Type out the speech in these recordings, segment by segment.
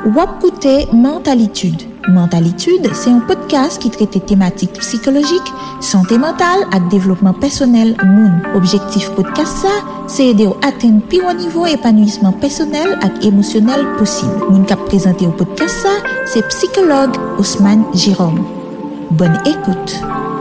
Wapkoute Mentalitude. Mentalitude, c'est un podcast qui traite thématiques psychologiques, santé mentale et développement personnel moun. Objectif podcast ça, c'est aider à atteindre plus haut niveau épanouissement personnel et émotionnel possible. Moun k'ap présenté au podcast ça, c'est psychologue Ousmane Jérôme. Bonne écoute.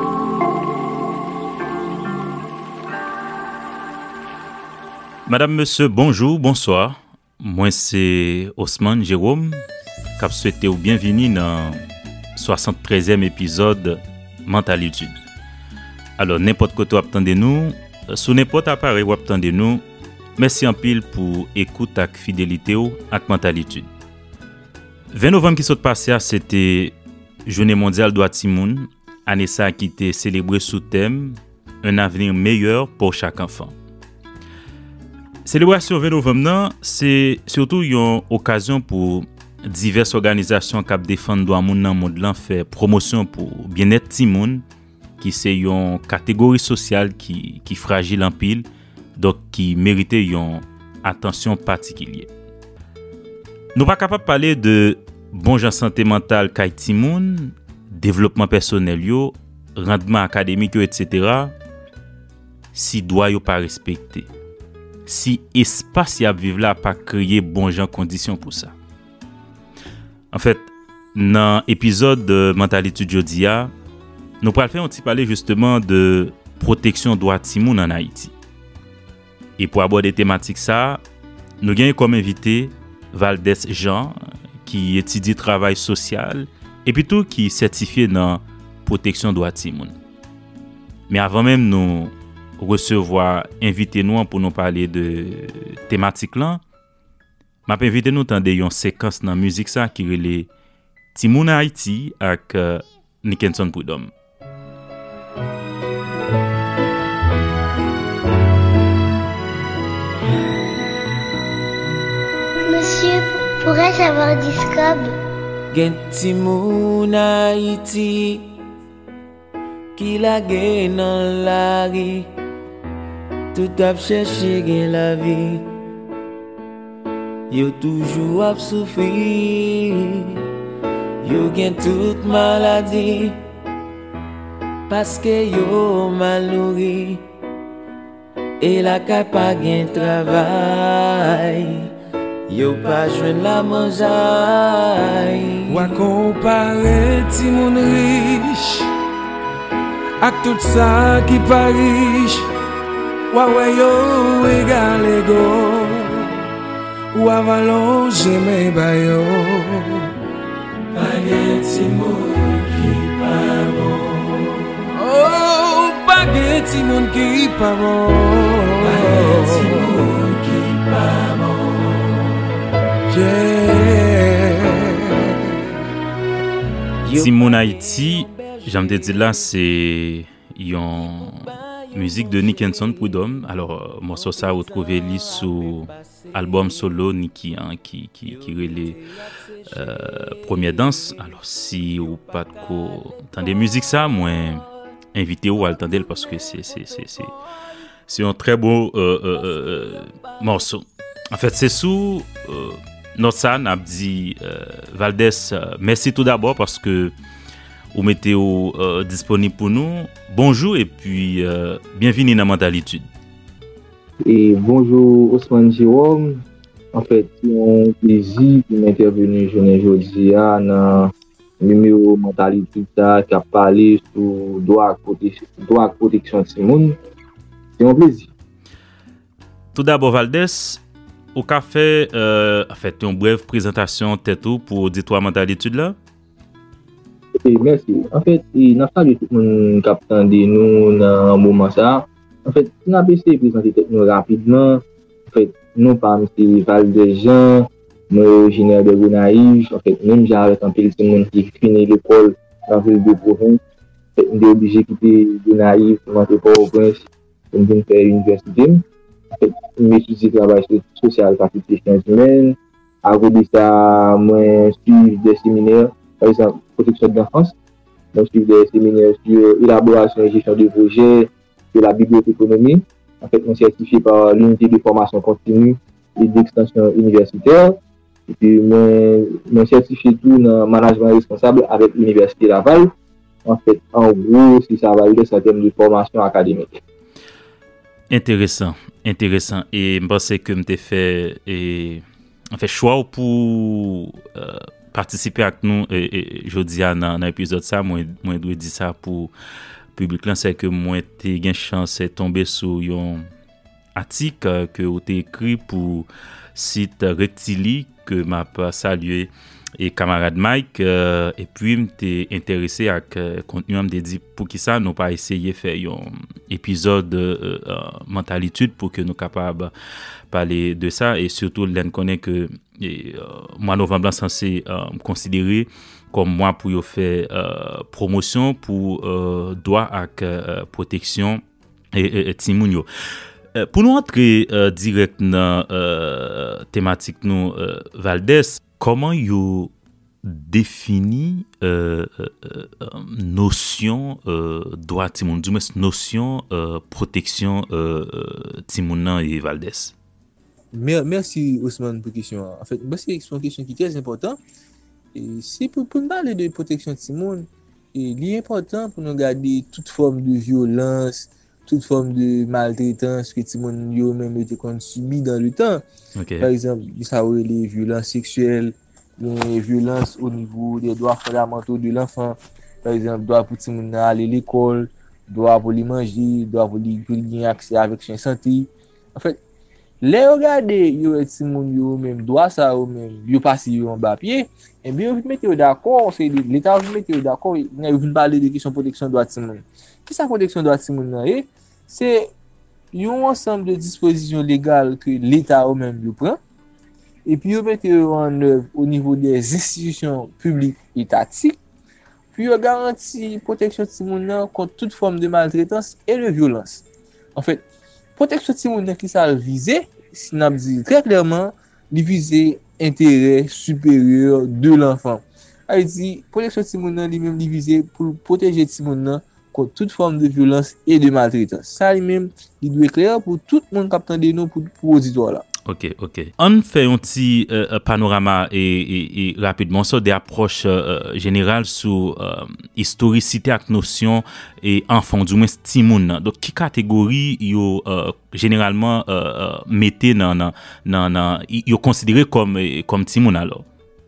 Madame, monsieur, bonjour, bonsoir. Moi, c'est Ousmane Jérôme, qui souhaite vous bienvenue dans le 73e épisode Mentalitude. Alors, n'importe quoi vous attendez nous, sous n'importe appareil vous attendez nous, merci en pile pour écoute et fidélité et Mentalitude. 20 novembre qui s'est passé, c'était Journée mondiale droit Timoun, année ça qui était célébrée sous thème un avenir meilleur pour chaque enfant. Célébration 20 novembre, c'est surtout une occasion pour diverses organisations qui défendent droit moun dans monde là faire promotion pour bien-être ti moun qui c'est une catégorie sociale qui fragile en pile donc qui mérite une attention particulière. Nous pas capable parler de bon genre santé mentale kay ti moun, développement personnel yo, rendement académique etc. si droit yo pas respecté. Si espace y a vivre là pas créer bon genre conditions pour ça. En fait, dans l'épisode de Mentalitude jodi a, nous allons faire un petit parler justement de protection droit timoun en Haïti. Et pour aborder thématique ça, nous avons comme invité Valdez Jean qui étudie travail social et puis tout qui est certifié dans protection droit timoun. Mais avant même nous recevoir invité nous pour nous parler de thématique là, m'a invité nous tendre une séquence dans musique ça qui relait Timoun Haïti avec Nickenson Prudhomme. Monsieur, pourrais-je avoir du scob? Gen Timoun Haïti qui la gen dans la rue. Tout ap chercher gen la vie. Yo toujours ap souffrir. Yo gen toute maladie. Parce que yo mal nourri. Et la ka pa gen travail. Yo pa jwenn la manjaille. Ou compare ti moun riche ak tout ça qui pa riche. Ouais yo égal ego. Ou avalon j'aime bayo. Spaghetti moun ki pa bon. Oh, spaghetti moun ki pa bon. Spaghetti moun ki pa bon. Yeah. Timoun Haïti, j'aime te dire là, c'est une musique de Nickenson Prudhomme. Alors, morceau ça retrouvé li sous album solo Niki hein, qui relait Première danse. Alors, si ou pas de quoi entendez musique ça, moi invité ou à entendre parce que c'est un très beau morceau. En fait, c'est sous notre san a dit Valdez, merci tout d'abord parce que vous mettez disponible pour nous. Bonjour et puis bienvenue dans Mentalitude. Et bonjour Ousmane Jérôme. En fait, c'est un plaisir de m'intervenir aujourd'hui dans le numéro Mentalitude qui a parlé sur droit à protection de Simone. C'est un plaisir. Tout d'abord Valdez, au café fait une brève présentation tête pour auditoire Mentalitude là. Merci. En fait, nous avons tout le monde qui attend nous dans un moment ça. En fait, nous avons essayé de présenter nous rapidement. En fait, nous parlons de Valdez Jean, nous originaires de Gonaïve. En fait, même j'ai avec un petit monde qui finit l'école dans la ville de Province. En fait, nous sommes obligés de quitter Gonaïve pour rentrer au Prince pour venir faire l'université. En fait, nous étudions le travail social, faculté sciences humaines. À côté de ça, moi, suivre des séminaires. Par exemple, protection de l'enfance. Donc, suivre des séminaires sur élaboration et gestion de projets, de la bibliothéconomie. En fait, on est certifié par l'unité de formation continue et d'extension universitaire. Et puis, moi certifié tout dans management responsable avec l'Université Laval. En fait, en gros, c'est ça valide en termes de formation académique. Intéressant. Et je pense que je fait choix pour participer avec nous jeudi dans l'épisode ça. Moi dois dire ça pour public là, c'est que moi t'ai eu chance de tomber sur un article que vous avez écrit pour site Rectili que m'a salué et camarade Mike et puis m'était intéressé à contenu me dit pour qui ça nous pas essayer faire un épisode mentalitude pour que nous capable parler de ça et surtout l'en connaît que mois novembre censé considérer comme mois pour faire promotion pour droit ak protection et timounio. Pour nous entrer direct dans thématique nous Valdez, comment you définit notion droit timoun, du moins notion protection timoun et Valdez? Merci Ousmane pour la question. En fait, c'est une question qui est très importante. Et c'est pour nous parler de protection timoun, il est important pour nous garder toute forme de violence, toute forme de maltraitance que timoun yo même été subi dans le temps. Okay. Par exemple, ça aurait les violences sexuelles, les violences au niveau des droits fondamentaux de l'enfant. Par exemple, droit pour timoun aller à l'école, droit pour les manger, droit pour les gagner accès avec soins santé. En fait, les regarder yo timoun yo même droit ça ou même yo passer en bas pied, et bien vous mettez d'accord, c'est l'état vous mettez d'accord, vous parler de question protection droit timoun. Qui ça protection droit timoun là c'est un ensemble de dispositions légales que l'État ou même le prend et puis vous mettez en œuvre au niveau des institutions publiques étatiques puis vous garantit protection timoun contre toute forme de maltraitance et de violence. En fait, protection timoun qui ça viser, si n'a dit très clairement, il viser intérêt supérieur de l'enfant. Il dit protection timoun lui-même viser pour protéger timoun contre toute forme de violence et de maltraitance. Ça lui-même, il doit être clair pour tout le monde qui attend de nous pour auditoire là. OK. On fait un petit panorama et rapidement ça des approches générales sur historicité avec notion et enfant du moins timoun. Donc qui catégorie yo généralement mettez dans yo considéré comme timoun alors.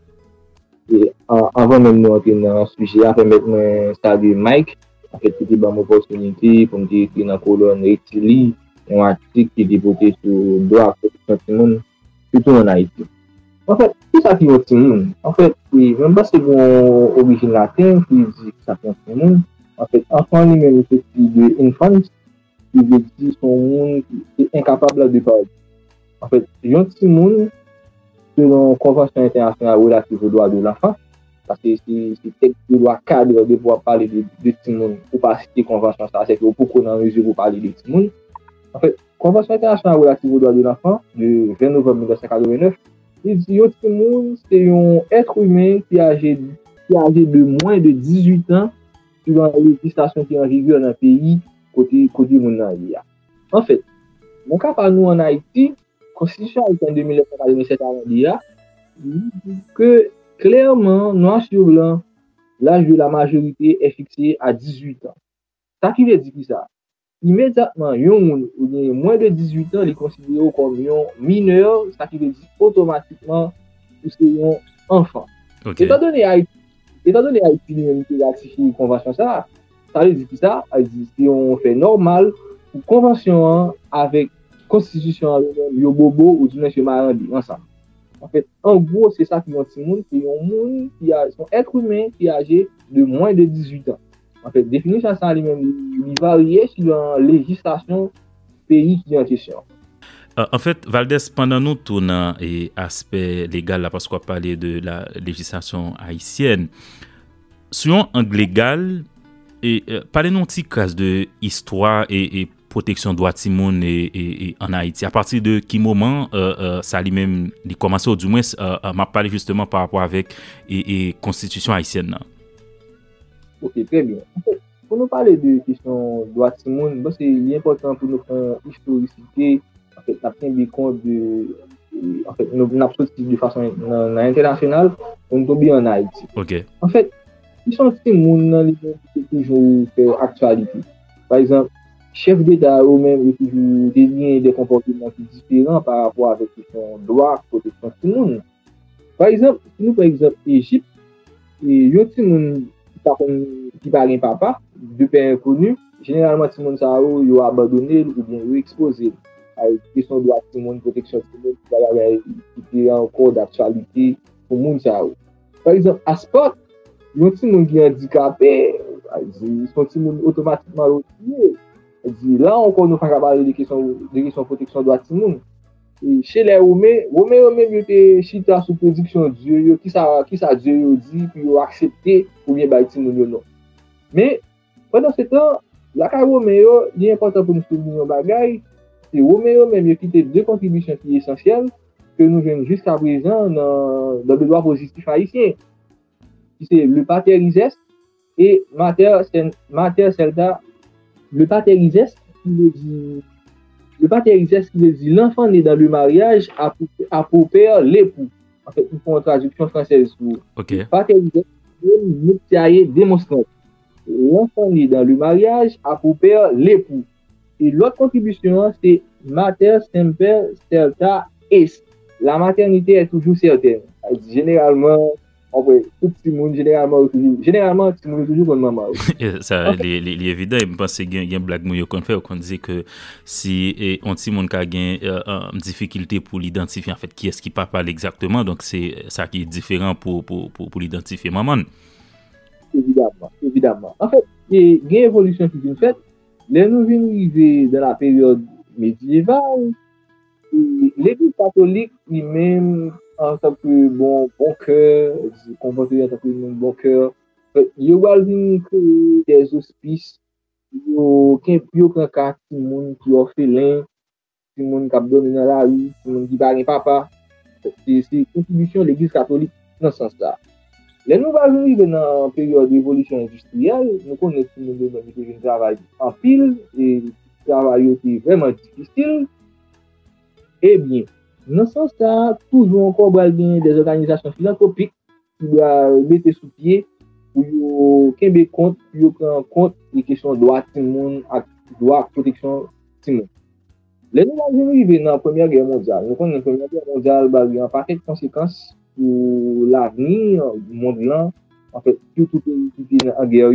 Et avant même nous entrer dans le sujet, après mettre saluer Mike, en fait c'était une opportunité pour me dire que dans la colonne Rectili un article qui est développé sur droit à protection timoun, surtout en Haïti. En fait, qui ça qui est timoun? En fait, même pas c'est mon origine latine qui dit que ça fait timoun. En fait, enfant lui-même c'est de infance qui veut dire son monde qui est incapable de parler. En fait, un timoun selon la Convention internationale relative aux droits de l'enfant, parce que c'est texte de loi cadre de pouvoir parler de timoun ou pas citer convention ça, c'est que beaucoup dans mesure pour parler de timoun. En fait, Convention internationale relative aux droits de l'enfant de 20 novembre 1989, il dit que timoun c'est un être humain qui est âgé de moins de 18 ans suivant la législation qui est en vigueur dans le pays côté moun nan li a. En fait, mon cas par nous en Haïti, Constitution haïtienne 2007 dit que clairement, noir sur blanc, l'âge de la majorité est fixé à 18 ans. Ça qui veut dire ça? Immédiatement, yon moins de 18 ans, il est considéré comme un mineur, ça qui veut dire automatiquement que c'est un enfant. Okay. Étant donné Haïti lui-même qui ratifie la convention ça veut dire ça, si on fait normal, une convention avec constitution yo bobo ou du moins marandi ensemble. En fait, en gros, c'est ça qui est un petit monde, c'est un monde qui a son être humain qui est âgé de moins de 18 ans. En fait, définition ça lui-même, il varie selon la législation pays qui est en question. En fait, Valdez, pendant nous tournant et aspect légal là, parce qu'on parlait de la législation haïtienne, sur un angle légal, parlez-nous un petit cas de histoire et protection droit timoun et en Haïti. À partir de quel moment ça lui-même il commence ou du moins m'a parlé justement par rapport avec et constitution haïtienne là. OK, très bien. En fait, pour nous parler de question droit timoun, c'est important pour nous faire historicité, en fait, la prendre compte de en fait, nous avons sorti de façon internationale, on tombe en Haïti. OK. En fait, ils sont petits monde qui toujours fait actualité. Par exemple, chef d'État eux-mêmes ont toujours des comportements différents par rapport avec son droit, protection de tout le monde. Par exemple, si nous par exemple Égypte, et yo ti moun qui pa gen papa, de père inconnu, généralement ti moun sa yo abandonné ou bien yo exposé à question de ti moun protection de moun qui est encore d'actualité pour moun sa yo. Par exemple, à sport, yon ti moun qui est handicapé, son ti moun automatiquement retiré. Là encore nous pas parler de question protection de ti moun. Chez les Romains même étaient chita sous prédiction Dieu qui ça Dieu dit puis ils accepté pour bien bailler moun non. Mais pendant ce temps la Romain il est important pour nous souligner un bagage, c'est Romain même qui étaient deux contributions qui sont essentielles que nous venons jusqu'à présent dans le droit positif haïtien. C'est le paterizeste et mater celda. Le paterizeste qui veut dire l'enfant né dans le mariage a pour père l'époux. En fait, nous faisons une traduction française pour paterizeste et démonstrant. L'enfant né dans le mariage a pour père l'époux. Et l'autre contribution, c'est mater semper certa est. La maternité est toujours certaine. Généralement, tout le monde, généralement, tout le monde est toujours comme maman. Ça, c'est évident. Je pense qu'il y a une blague qu'on fait, qu'on dit que si on petit monde a une difficulté pour l'identifier, en fait, qui est-ce qui parle exactement, donc c'est ça qui est différent pour l'identifier maman. Évidemment. En fait, il y a une évolution qui est faite. Là, nous venons arriver dans la période médiévale. L'Église catholique lui-même, en tant que bon cœur, comporter en tant que bon cœur, il va venir créer des hospices, il prend quatre monde qui orphelin, qui monde qui dormi dans la rue, qui monde qui pas papa. C'est une contribution de l'Église catholique dans ce sens-là. Là, nous allons arriver dans la période d'évolution industrielle, nous connaissons le monde qui travaille en pile, et le travail est vraiment difficile. Eh bien, dans ce sens-là, toujours encore des organisations philanthropiques qui doivent mettre sous pied pour qu'ils prennent en compte les questions de droit de monde et droit de protection de monde. Là, nous allons arriver dans la Première Guerre mondiale. Nous connaissons la Première Guerre mondiale, il y a un paquet de conséquences pour l'avenir du monde là, en fait, tout est en guerre.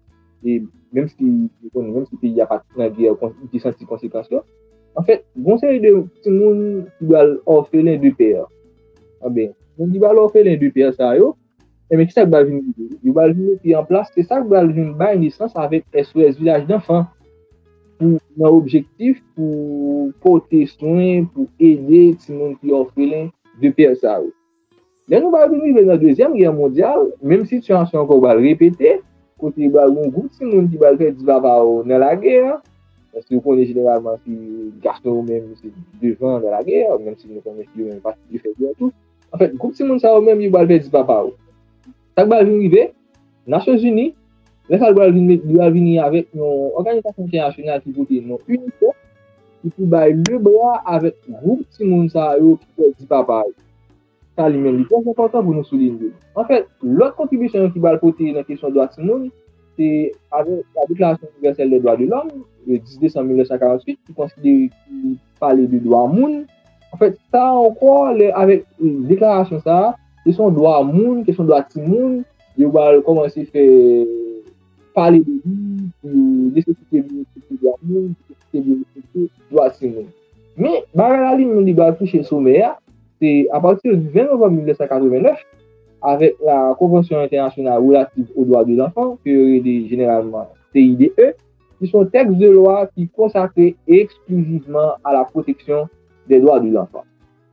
Et même si le pays n'a pas de guerre, il sent les conséquences. En fait, bon, c'est de tout le monde qui va orphelin de père. Ah ben, on dit va orphelin de père ça yo. Et mais qui ça va venir? Il va venir en place, c'est ça qui va venir bailler naissance avec SOS village d'enfants. Pour un objectif pour porter soin, pour aider tout le monde qui est orphelin de père ça yo. Là nous va venir dans la Deuxième Guerre mondiale, même situation encore va répéter, côté ba un groupe de monde qui va faire du baba dans la guerre. Parce que vous connaissez généralement si Gaston même c'est devant dans la guerre, même si nous connaissons même pas ce qu'il fait bien tout. En fait, groupe de monde ça même il va faire du papa. Ça va arriver Nations Unies, là ça va venir avec une organisation internationale qui vote non UNICEF qui peut bailler le bras avec groupe de monde ça qui fait du papa. Ça lui-même est très important pour nous souligner. En fait, l'autre contribution qui va porter dans la question de droits de l'homme, c'est avec la Déclaration universelle des droits de l'homme, le 10 décembre 1948, qui parlait de droits monde. En fait, ça encore, avec la déclaration, ça, question de droits monde, question de droits de l'homme, il va commencer à faire parler de lui, de nécessité de droits de monde, de nécessité de droits de l'homme. Mais, la ligne, il va toucher le sommet, c'est à partir du 20 novembre 1989, avec la Convention internationale relative aux droits de l'enfant, que généralement CIDE, qui sont textes de loi qui consacrent exclusivement à la protection des droits de l'enfant.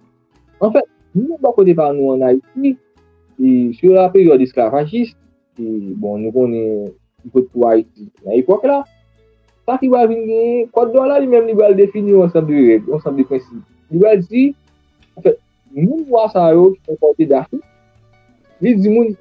En fait, nous sommes côté par nous en Haïti, et sur la période esclavagiste, et bon, nous connaissons pour Haïti à l'époque là, ça qui va venir, code de loi lui-même, il va définir un ensemble de règles, un ensemble de principes. Il va dire, en fait, nous voyons ça qui sont portés d'Afrique. Il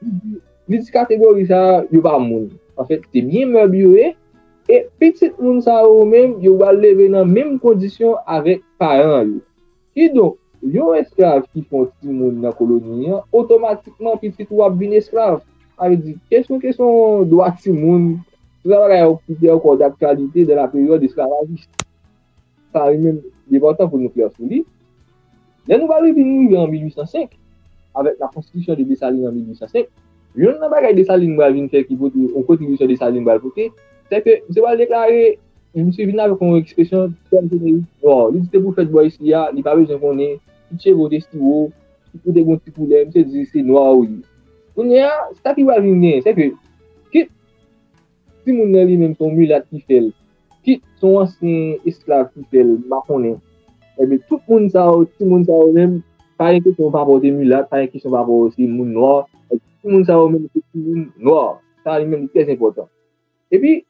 dit catégorie ça, il pas moun. En fait, c'est bien meublé et petit moun ça même, il va lever dans même condition avec parents. Et donc, Yon esclave qui font ti moun dans colonie, automatiquement petit ou ap vin esclave. A dit question droit ti moun, tout ça va encore d'actualité de la période esclavagiste. Ça même important pour nous faire souligner. Là nous va revenir en 1805 avec la constitution de Dessalines en 1805. Yon nan bagay Dessalines va venir faire qui vote en contribution de Dessalines va voter, c'est que c'est va déclarer monsieur vient avec une expression terme générique. Oh, il dit pour faire boy ici là, il pas besoin qu'on ait petit voter stylo, tout des bons petits poulets, monsieur dit c'est noir oui. On y a ça qui va venir, c'est que si moun nan li même son mulat qui fait, qui son ancien esclave qui fait marconné. Et bien tout le monde ça, tout le monde ça même pas une question par rapport des mulats, pas une question par rapport aussi moun noir, tout le monde ça même c'est moun noir. Ça même très important. Et puis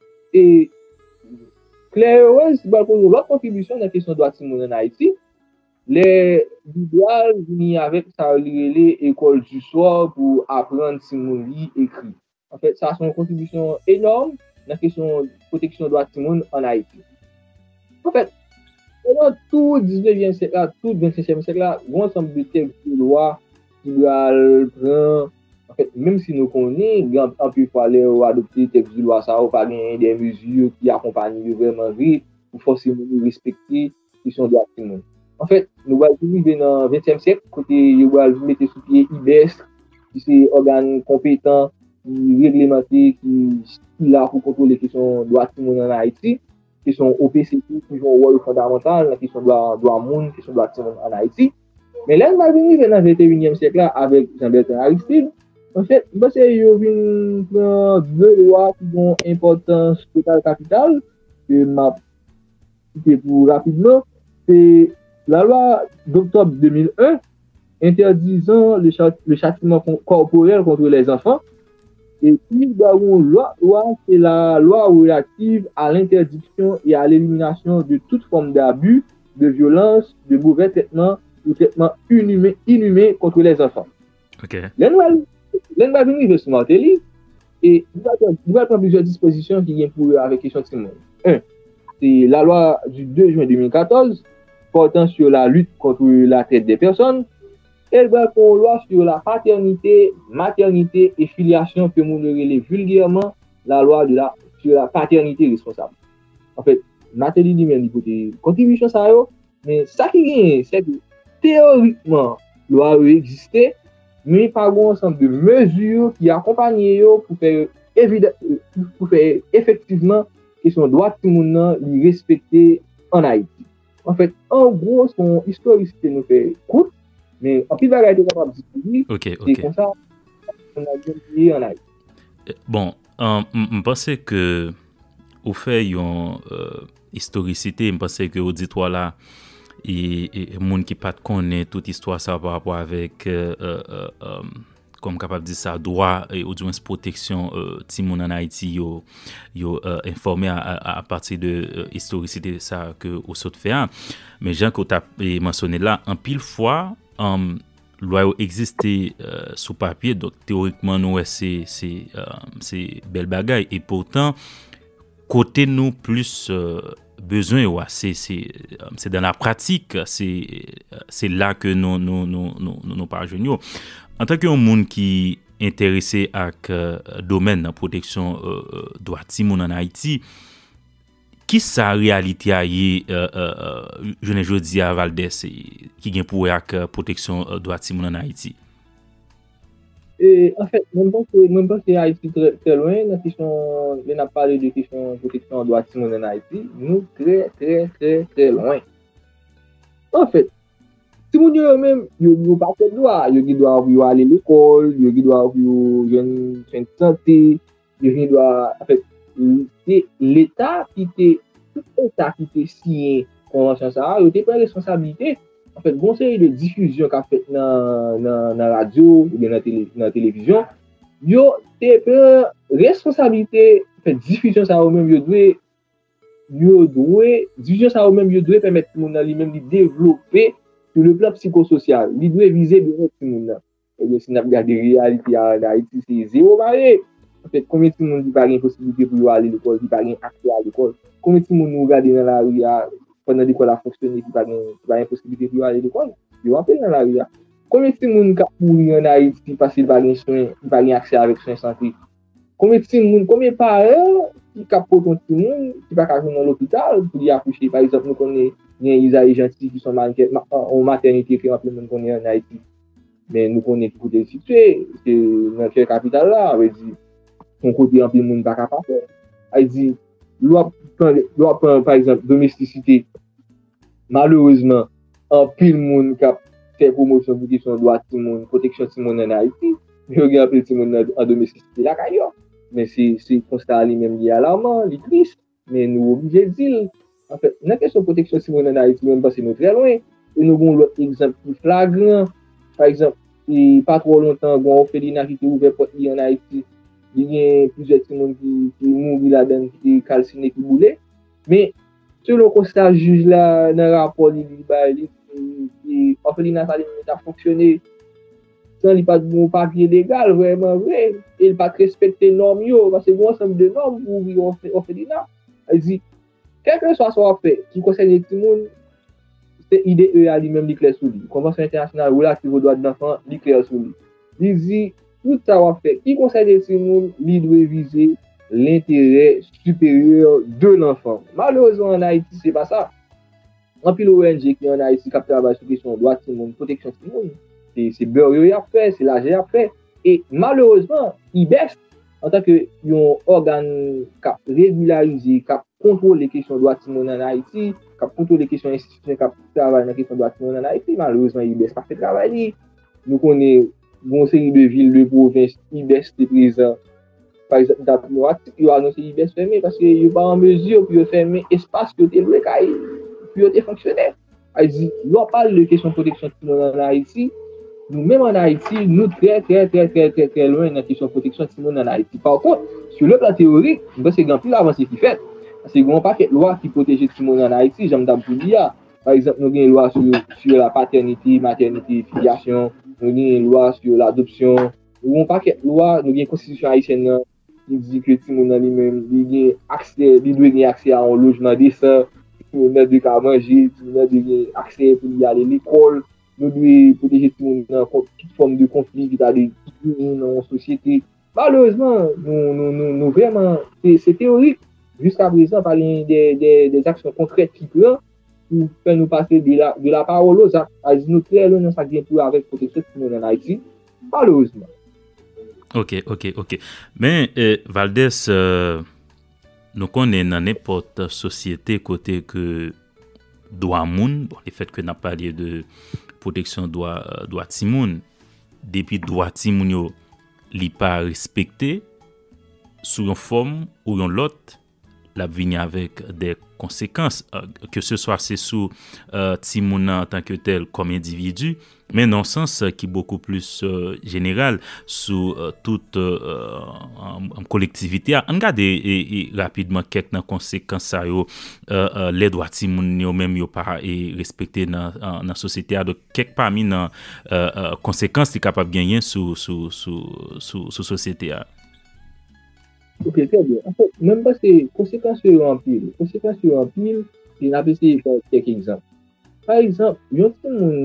Claire va pour l'autre contribution dans la question droit de moun en Haïti. Les libéraux viennent avec ça les écoles du soir pour apprendre si moun lit écrit. En fait, ça a une contribution énorme dans la question de protection de droits de l'homme en Haïti. En fait, pendant tout le 19e siècle, là, tout le 25e siècle, là, il y a un ensemble de textes de loi qui doivent prendre. En fait, même si nous connaissons, en plus, il faut aller adopter des textes de loi, ça, ou pas des mesures qui accompagnent vraiment vite pour forcément respecter les questions de droits de l'homme. En fait, nous allons vivre dans le 20e siècle, côté nous allons mettre sous pied IBES, qui c'est organe compétent, qui réglementé, qui est là pour contrôler les questions de droits de l'homme en Haïti, qui sont OPCT, qui jouent un rôle fondamental, la question de droits de l'homme, la question de droits de l'homme en Haïti. Mais là, nous allons venir dans le 21e siècle là, avec Jean-Bertrand Aristide. En fait, parce que nous avons prendre deux lois qui ont importance totale capitale, que m'a cité pour rapidement, c'est la loi d'octobre 2001 interdisant le châtiment corporel contre les enfants. Et puis, nous avons une loi, c'est la loi relative à l'interdiction et à l'élimination de toute forme d'abus, de violence, de mauvais traitement ou traitement inhumain contre les enfants. Okay. L'un va venir sur Martelly et il va prendre plusieurs dispositions qui viennent pour avec question de témoin. Un, c'est la loi du 2 juin 2014 portant sur la lutte contre la traite des personnes. Elle va prendre une loi sur la paternité, maternité et filiation que nous relève vulgairement la loi sur la paternité responsable. En fait, Martelly lui-même dit côté contribution ça yo, mais ça qui gagne c'est que théoriquement loi existait mais pas un ensemble de mesures qui accompagnent pour faire effectivement question droit de monde li respecter en Haïti. En fait, en gros, son historicité nous fait courte, mais en plus bagage est capable de dire. C'est comme ça on a bien en Haïti. Bon, je pense que au fait une historicité, je pense que auditoire là et monde qui pas connaît toute histoire ça par rapport avec comme capable dire ça droit et ou du moins protection ti moun en Haïti yo informé à partir de historicité ça que au saut fait mais Jean que t'a mentionné là en pile fois loi existait sous papier donc théoriquement nous c'est belle bagaille et pourtant côté nous plus besoin c'est dans la pratique c'est là que nous parvenons en tant que monde qui intéressé à domaine de protection droit de l'homme en Haïti qui sa réalité je dis à Valdez qui gagne pour la protection droit de l'homme en Haïti. Et en fait, même pas que Haïti très loin, on a parlé de question de protection droit de l'homme en Haïti, nous très loin. En fait, si vous dites même, vous pas de droit, vous doivent aller à l'école, vous doivent faire une santé, vous doivent, en fait, c'est l'État qui était signé convention ça, il était pas responsabilité. En fait, bon série de diffusion qu'a fait dans la radio ou bien dans la télévision, yo té responsabilité fait diffusion ça ou même yo doit diffusion ça ou même yo doit permettre tout le monde lui-même de développer sur le plan psychosocial, il doit viser bien tout le monde. Et si on regarde la réalité en Haïti, c'est zéro barré. En fait, combien de monde qui pas une possibilité pour aller à l'école, qui pas un accès à l'école, combien de monde nous regarde dans la rue pendant l'école a fonctionné qui pas une possibilité pour aller à l'école. yo en pile dans la rue. Combien de monde qui mouri en Haïti parce qu'il pas gain accès avec soins santé? Combien de parents qui capot ton petit monde qui pas ka dans l'hôpital pour y accoucher? Par exemple, nous connaissons Isaïe Gentil qui sont en maternité qui en monde connaît en Haïti. Mais nous connaissons tout côté situé, c'est dans quelle capitale là, veut dire son côté en pile monde pas capable. Elle dit loi par exemple domesticité. Malheureusement, en pile monde qui fait promotion pour question droit tout monde, protection tout monde en Haïti, je regarde petit monde en domesticité là caillou. Mais c'est constat lui-même lié alarmant, li triste, mais nous obligés de dire en fait, la question de protection tout monde en Haïti même parce que nous très loin et nous avons l'autre exemple plus flagrant. Par exemple, il pas trop longtemps, on orphelinat qui était ouvert pour en Haïti, il y a plusieurs personnes qui mourent là-dedans, qui étaient calcinés, qui boulaient. Mais selon le constat juge là, dans le rapport, l'orphelinat a fonctionné sans il pas de bon papier légal, vraiment vrai. Et il pas respecter les normes, parce que bon ensemble de normes pour ouvrir orphelinat. Elle dit, quel que soit ce fait qui concerne les petits, c'est IDEA lui-même l'éclair sur lui. Convention internationale relative aux droits de l'enfant, l'éclair sur lui. Il dit, tout ça va faire. Qui concerne les petits, il doit viser l'intérêt supérieur de l'enfant. Malheureusement, en Haïti, c'est pas ça. En pile ONG qui est en Haïti, qui travaille sur la question de droits de l'enfant, protection de l'enfant, c'est Beurre à faire, c'est l'AG à faire. Et malheureusement, il baisse en tant que un organe qui régularisé, qui contrôle les questions de droits de l'enfant en Haïti, qui contrôle les questions institutionnelles, qui travaille dans les questions de droits de l'enfant en Haïti. Malheureusement, il baisse pas fait travail. Nous connaissons une série de villes, de provinces, il baisse les présents. Par exemple, il a annoncé qu'il baisse fermé parce qu'il n'est pas en mesure de fermer l'espace qui est loué, qui est fonctionnaire. Il dit, on parle de question de protection de l'enfant en Haïti. Nous-mêmes en Haïti, nous très loin de la question de protection de l'enfant en Haïti. Par contre, sur le plan théorique, c'est grand plus avancé qui fait. Parce que nous n'avons pas de loi qui protège tout le monde en Haïti, j'aime d'abord dire. Par exemple, nous avons une loi sur la paternité, maternité, filiation, nous avons une loi sur l'adoption. Nous n'avons pas de loi, nous avons une constitution haïtienne qui dit que tout le monde lui-même, il doit avoir accès à un logement décent, tout le monde doit manger, tout le monde doit avoir accès pour y aller à l'école. Nous devons protéger tout le monde dans toute forme de conflit qui a des dans la société. Malheureusement, nous vraiment, c'est théorique. Jusqu'à présent, parler des actions concrètes qui prennent pour faire nous passer de la parole aux actes. Nous très loin dans ça vient pour avec protection tout le monde en Haïti. Malheureusement. Ok. Mais Valdès, nous connaissons dans n'importe société côté que droit moun, bon, le fait que n'a parlé de protection droit timoun, depuis droit timoun yo li pas respecté sous une forme ou une autre, la venir avec des conséquences, que ce soit c'est sous timoun en tant que tel comme individu, mais dans un sens qui est beaucoup plus général sous toute collectivité. On regarde rapidement quelques conséquences ça yo les droits timoun yo même yo pas respecté dans la société, donc quelque parmi dans conséquences qui capable gagner sous société. Ok, très bien. En fait, même pas c'est conséquences sur un pile, il a essayé de faire quelques exemples. Par exemple, il y a un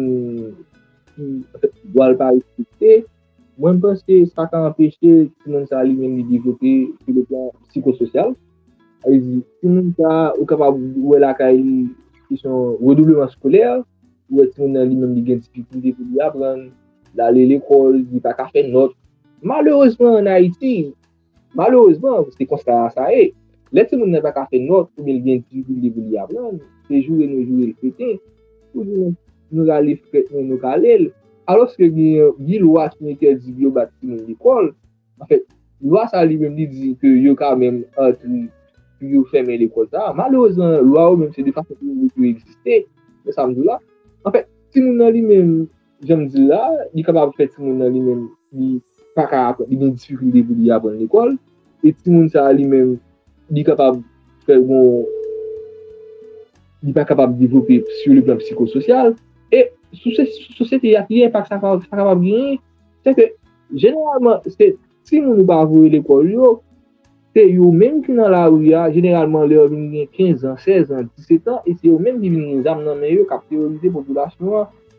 qui doit pas respecter, moi je pense que ça peut empêcher tout le monde à lui-même de développer sur le plan psychosocial. Tout le monde est capable de la question redoublement scolaire, ou tout le monde lui-même des difficultés pour apprendre, d'aller à l'école, il pas qu'à faire note. Malheureusement en Haïti, c'est constat ça est. Les gens n'a pas qu'à faire note, ou bien il vient difficulté pour apprendre, c'est jouer le fêter, nous aller nous caler. Alors que il loi qui interdit de bâtiment l'école, en fait, loi ça lui-même dit que yo quand même yo fermer l'école ça. Malheureusement, loi même c'est de façon qui exister, mais ça me dit là. En fait, si nous lui-même j'aime dire là, il est capable de faire si nous lui-même il pas capable il a une difficulté pour y apprendre l'école et si nous ça lui-même il est capable de faire bon il n'est pas capable de développer sur le plan psychosocial. Et sous cette société, il y a un impact ça va bien. C'est que généralement, si nous ne pas voir l'école, c'est eux même qui dans la rue, généralement, leur ont 15 ans, 16 ans, 17 ans, et c'est eux même qui viennent nous amener qui ont théorisé la population,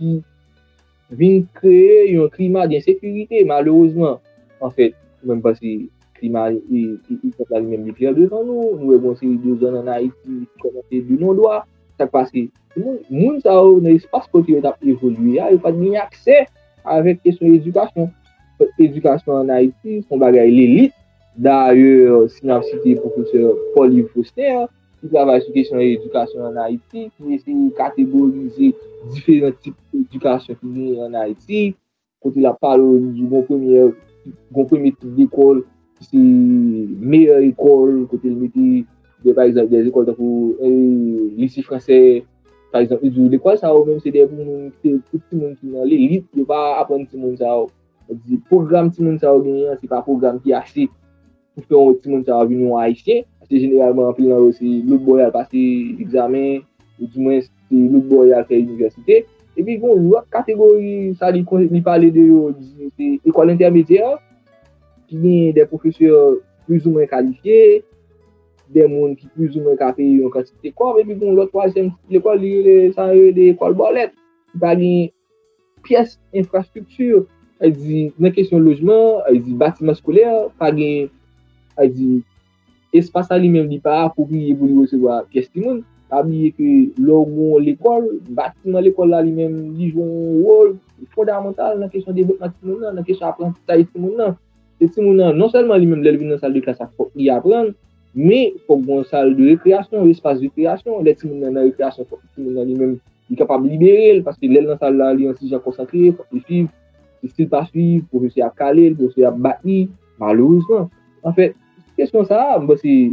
qui vient créer un climat d'insécurité, malheureusement. En fait, même parce que le climat il est même clair devant nous. Nous avons aussi deux zones en Haïti qui commencent du non-droit. Ça passe. Les gens dans l'espace côté ont évolué, ils n'ont pas de accès avec la question de l'éducation. L'éducation en Haïti, son bagage l'élite. D'ailleurs, si on a cité le professeur Paul-Yves Foster, qui travaille sur la question de l'éducation en Haïti, qui essaie de catégoriser différents types d'éducation qui sont en Haïti. Quand il a parlé du bon premier type d'école, c'est meilleure école, quand il mettait par exemple des écoles pour lycée français, par exemple, l'école ça même c'est des tout le monde qui dans l'élite, il pas apprendre tout le monde ça. Le programme tout le monde ça c'est pas programme qui est assez pour faire tout le monde ça venir haïtien, parce que généralement en plein aussi l'autre boy a passé examen ou du moins c'est l'autre boy a fait université. Et puis bon, l'autre catégorie ça lui parler de c'est école intermédiaire qui a des professeurs plus ou moins qualifiés, des gens qui plus ou moins capés en quantité quoi, et puis bon l'autre troisième l'école ça des écoles bolette qui pas une pièce infrastructure, elle dit dans question logement, elle dit bâtiment scolaire, pas gain, elle dit espace à lui-même dit pas approprié pour recevoir pièce tout le monde. Oublier que l'école, bâtiment l'école là lui-même il joue un rôle fondamental dans la question développement tout le monde, dans la question apprentissage tout le monde. Et tout le monde non seulement lui-même l'élever dans la salle de classe faut y apprendre, mais faut une salle de récréation, espace de récréation, les tout le monde dans la récréation faut tout le monde lui-même est capable de libérer parce que dans la salle là il est aussi concentré, faut suivre, s'il pas suivre, professeur à caler, professeur à battre, malheureusement. En fait, question ça, c'est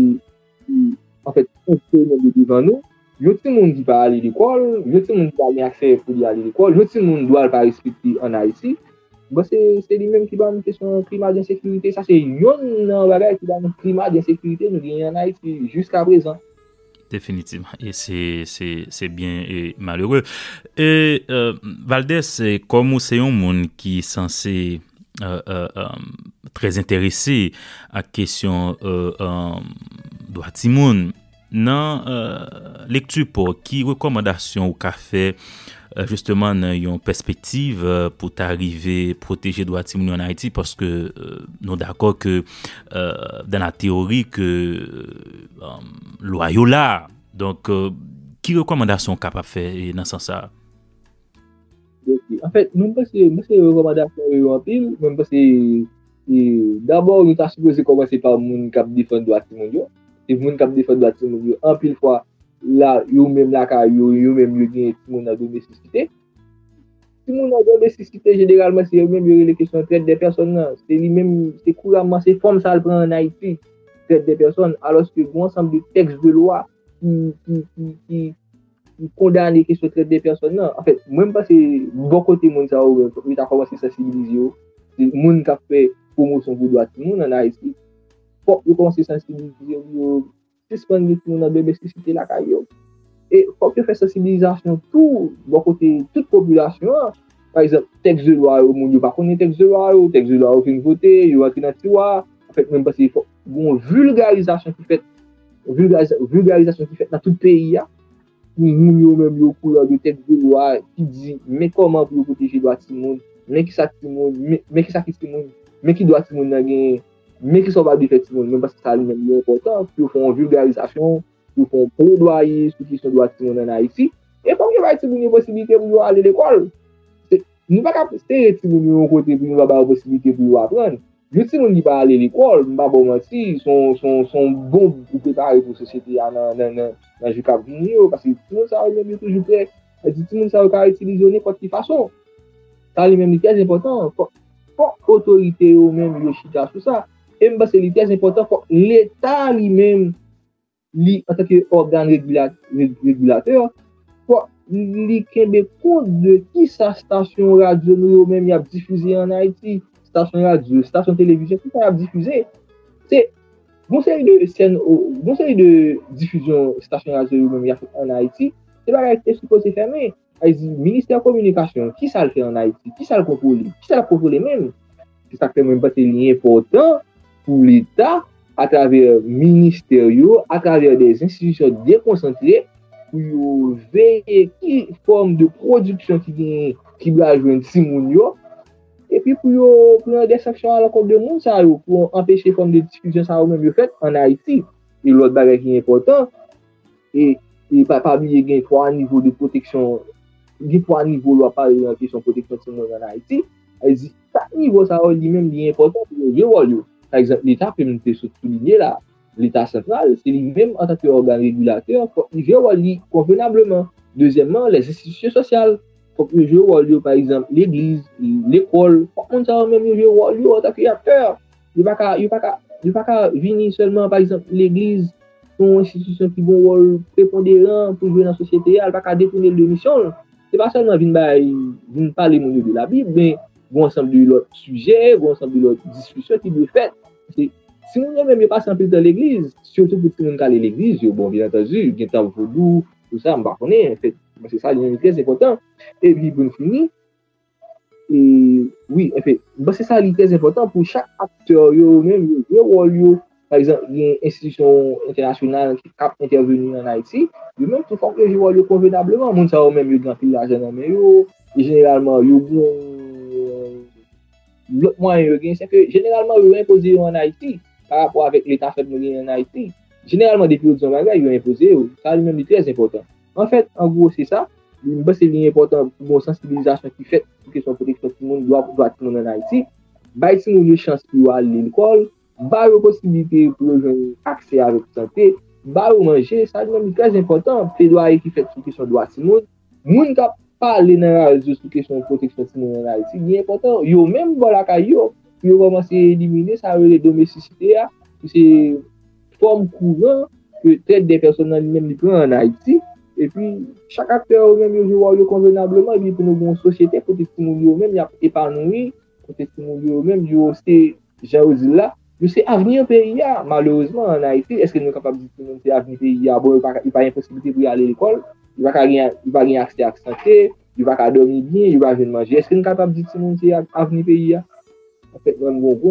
en fait, on peut devant nous, tout le monde qui va aller à l'école, tout le monde qui a accès pour aller à l'école, tout le monde doit pas respecter en Haïti. C'est lui-même qui va une question de climat d'insécurité. Ça, c'est un bagage qui va un climat d'insécurité nous gagnons en Haïti jusqu'à présent. Définitivement. Et c'est bien et malheureux. Et Valdez, comme c'est un monde qui est censé très intéressé à la question droit de monde, dans lecture pour qui recommandation ou fait justement dans une perspective pour t'arriver protéger droit de monde en Haïti, parce que nous d'accord que dans la théorie que loi là, donc qui recommandation capable faire dans ce sens-là? En fait, même pas c'est recommandation en pile, même pas c'est d'abord nous t'a supposé commencer par moun qui défend droit de monde. Et moun qui défend droit de monde en pile fois là yo même là yo même yo gagne tout monde dans domesticité. Tout monde dans domesticité généralement c'est même les questions de traite des personnes, c'est lui même c'est couramment c'est forme ça le prend en Haïti, traite des personnes, alors que un ensemble de textes de loi qui condamne les questions de traite des personnes. En fait, même pas c'est bon côté monde ça il a commencé à sensibiliser c'est monde qui a fait promotion pour droit de monde en Haïti. Faut que commencer à sensibiliser suspendre tout monde dans domesticité la caillou. Et faut que faire sensibilisation tout bon côté toute population. Par exemple, texte de loi monde pas connaît texte de loi fin voter, yo entrer dans tiroir. En fait, même parce qu'il faut une vulgarisation qui fait dans tout le pays. Nous même yo couleur de texte de loi qui dit mais comment pour protéger droit de monde, mais qui ça tout monde, mais qui ça qui tout monde, mais qui doit tout monde gagner, mais qui sont pas de fait tout monde, même parce que ça lui-même est important pour faire une vulgarisation, pour faire un plaidoyer sur qui sont droit de monde en Haïti. Et comme il va être une possibilité pour aller à l'école, nous pas capter tout monde de côté pour nous avoir une possibilité pour apprendre. Tout le monde qui va aller à l'école, pas bon mentir, sont bons pour préparer pour la société dans le cas venir, parce que tout le monde ça même toujours prêt, tout le monde ça va utiliser n'importe quelle façon. Ça lui-même est très important pour autorité ou même le chita sur ça. Et c'est très important pour l'État lui-même en tant qu'organe régulateur pour lui tenir compte de qui sa station radio nous même y a diffusé en Haïti. Station radio, station télévision, tout ça a diffusé. C'est bon série de diffusion station radio même en Haïti, c'est pas que c'est supposé fermer. Ministère de la communication, qui ça le fait en Haïti, qui ça le contrôle même. C'est ça fait même pas c'est lien important pour l'État à travers ministériaux, à travers des institutions déconcentrées pour yo veiller qui forme de production qui doit joindre si moun yo et puis pour yo prendre des sanctions à l'encontre de moun ça yo pour empêcher forme de diffusion ça même yo fait en Haïti et l'autre bagage qui est important et pas oublier gain 3 niveaux de protection dit 3 niveaux là parler en question protection de moun en Haïti elle dit chaque niveau ça lui-même est important pour jouer rôle. Par exemple l'État peut me souligner là l'État central, c'est lui-même en tant qu'organe régulateur, il joue rôle convenablement. Deuxièmement, les institutions sociales, faut que jouer rôle par exemple l'église, l'école, on ça même jouer rôle en tant qu'acteur. Il pas qu'à venir seulement par exemple l'église, une institution qui bon rôle prépondérant pour jouer dans la société, elle pas qu'à détourner de mission. C'est pas seulement venir parler de la Bible, mais bon ensemble de l'autre sujet, bon ensemble de l'autre discussion qui doit faire. Si on même pas simple dans l'église, surtout pour tout le monde aller l'église, bon bien entendu, il y a un temps vaudou, tout ça, on va connaître en fait, c'est ça qui est très important. Et puis pour finir, et oui, en fait, c'est ça qui est très important pour chaque acteur, même par exemple, il y a une institution internationale qui a intervenu en Haïti, même tout faut que je vois convenablement, mon ça même eu grand pile l'argent dans mais et généralement l'autre moyen c'est que généralement ils imposé en Haïti par rapport avec l'état fait en Haïti. Généralement depuis autres bagages ils ont imposé ça lui-même est très important. En fait, en gros c'est ça, c'est important pour une sensibilisation qui fait pour que son protection tout le monde doit tout le monde en Haïti. Bah si nous une chance pour aller à l'école, bah une possibilité pour avoir accès à la santé, bah manger, ça lui-même est très important. Plaidoyer qui fait sur question droit tout le monde. Moun qui parler dans la réseau sur question protection tout le monde en Haïti, c'est important. Yo même voilà caillou puis on commence à éliminer ça les domesticité c'est forme courant que peut-être des personnes même en Haïti et puis chaque acteur même joue convenablement et puis pour nos sociétés pour testimonier même y a épanoui pour testimonier même yo c'est Jean là c'est avenir pays malheureusement en Haïti est-ce que nous capable de dire c'est avenir pays bon il pas impossibilité pour aller à l'école il va rien accès à la santé il va dormir bien il va venir manger est-ce que nous capable de dire c'est avenir pays en fait,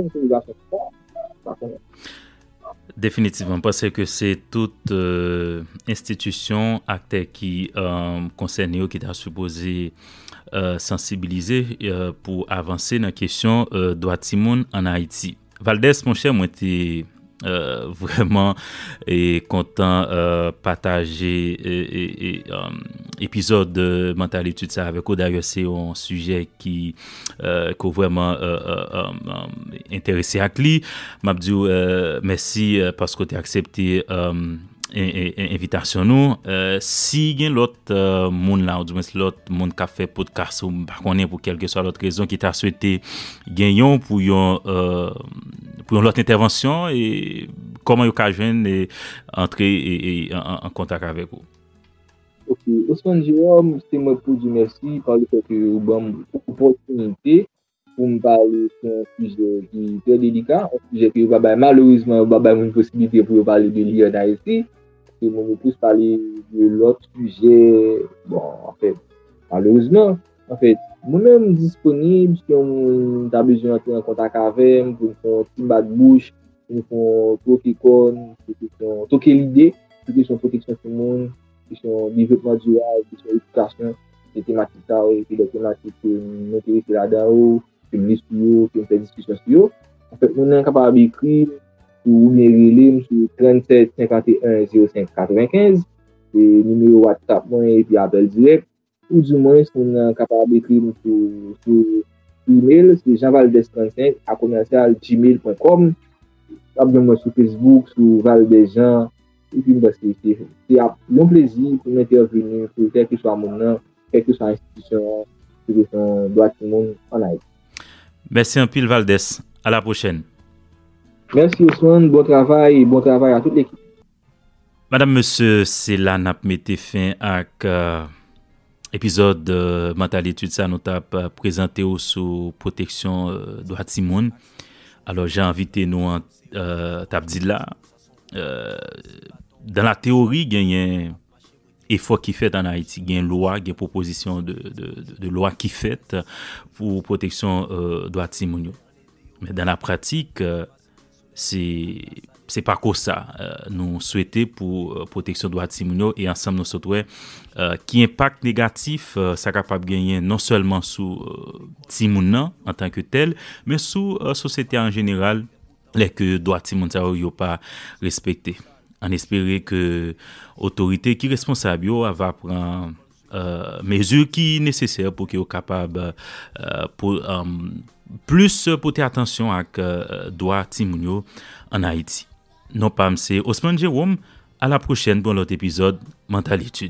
définitivement, parce que c'est toute institution, acteur qui concerne qui t'a supposé sensibiliser pour avancer dans la question droit de monde en Haïti. Valdez, mon cher, moi, t'es vraiment content partager épisode de Mentalitude ça avec vous. D'ailleurs c'est un sujet qui vraiment intéressé à lui. M'a dit merci parce que tu as accepté invitation nous si il y a l'autre monde là ou du moins l'autre monde qui a fait podcast ou pas connaît pour quelque soit l'autre raison qui t'a souhaité gagner pour l'autre intervention et comment vous pouvez joindre et entrer en contact avec vous. Ok, Ousmane Jérôme, c'est moi pour dire merci par le fait que vous avez une opportunité pour me parler sur un sujet qui est très délicat, un sujet que malheureusement vous avez une possibilité pour parler de l'IA d'Haïti. Et moi, je plus parler de l'autre sujet. Bon, en fait, malheureusement, moi-même disponible, si on a besoin d'entrer en contact avec moi, pour faire un petit bas de bouche, pour faire toquer l'idée, pour question protection de tout le monde, question développement durable, question éducation, des thématiques et puis des thématiques que nous intéressons là-dedans, que nous lisons, que nous faisons discussion sur. En fait, on est capable d'écrire ou bien relire sur 37 51 05 95 et numéro WhatsApp et puis appel direct ou du moins on est capable d'écrire sur email c'est jeanvaldez35@gmail.com abonne-moi sur Facebook sur Valdezjean et puis c'est un plaisir pour m'intervenir pour quel que soit mon nom quelle que soit l'institution que son droit tout le monde en Haïti. Merci un pile Valdez, à la prochaine. Merci Ousmane, bon travail à toute l'équipe. Madame, monsieur, c'est là n'a mis fin à épisode Mentalitude ça nous t'a présenté sur protection droit de monde. Alors j'ai invité nous t'a dit là dans la théorie il y a un effort qui fait en Haïti, il y a une loi, il y a une proposition de loi qui fait pour protection droit de monde. Mais dans la pratique c'est c'est pas comme ça nous souhaiter pour protection droit Timoun et ensemble nous souhaitons qui impact négatif ça capable gagner non seulement sous Timoun en tant que tel mais sous société en général les que droit Timoun ça yo pas respecté en espérer que autorité qui responsable va prendre mesures qui nécessaires pour qu'ils soient capables pour plus porter attention à droit Timoun en Haïti. Non pas c'est Osman Jérôme, à la prochaine pour l'autre épisode Mentalitude.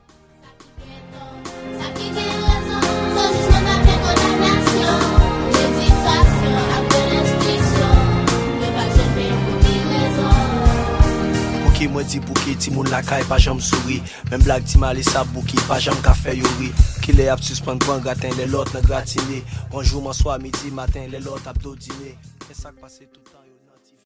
Moi dit pour qui ti moun la caille pas jambe souris même blague ti mal ça pour qui pas jambe café yori qui les a suspendre pour gratin les l'autre na gratiner bonjour m'en soir midi matin les l'autre abdo dîner c'est ça qui passe tout le temps.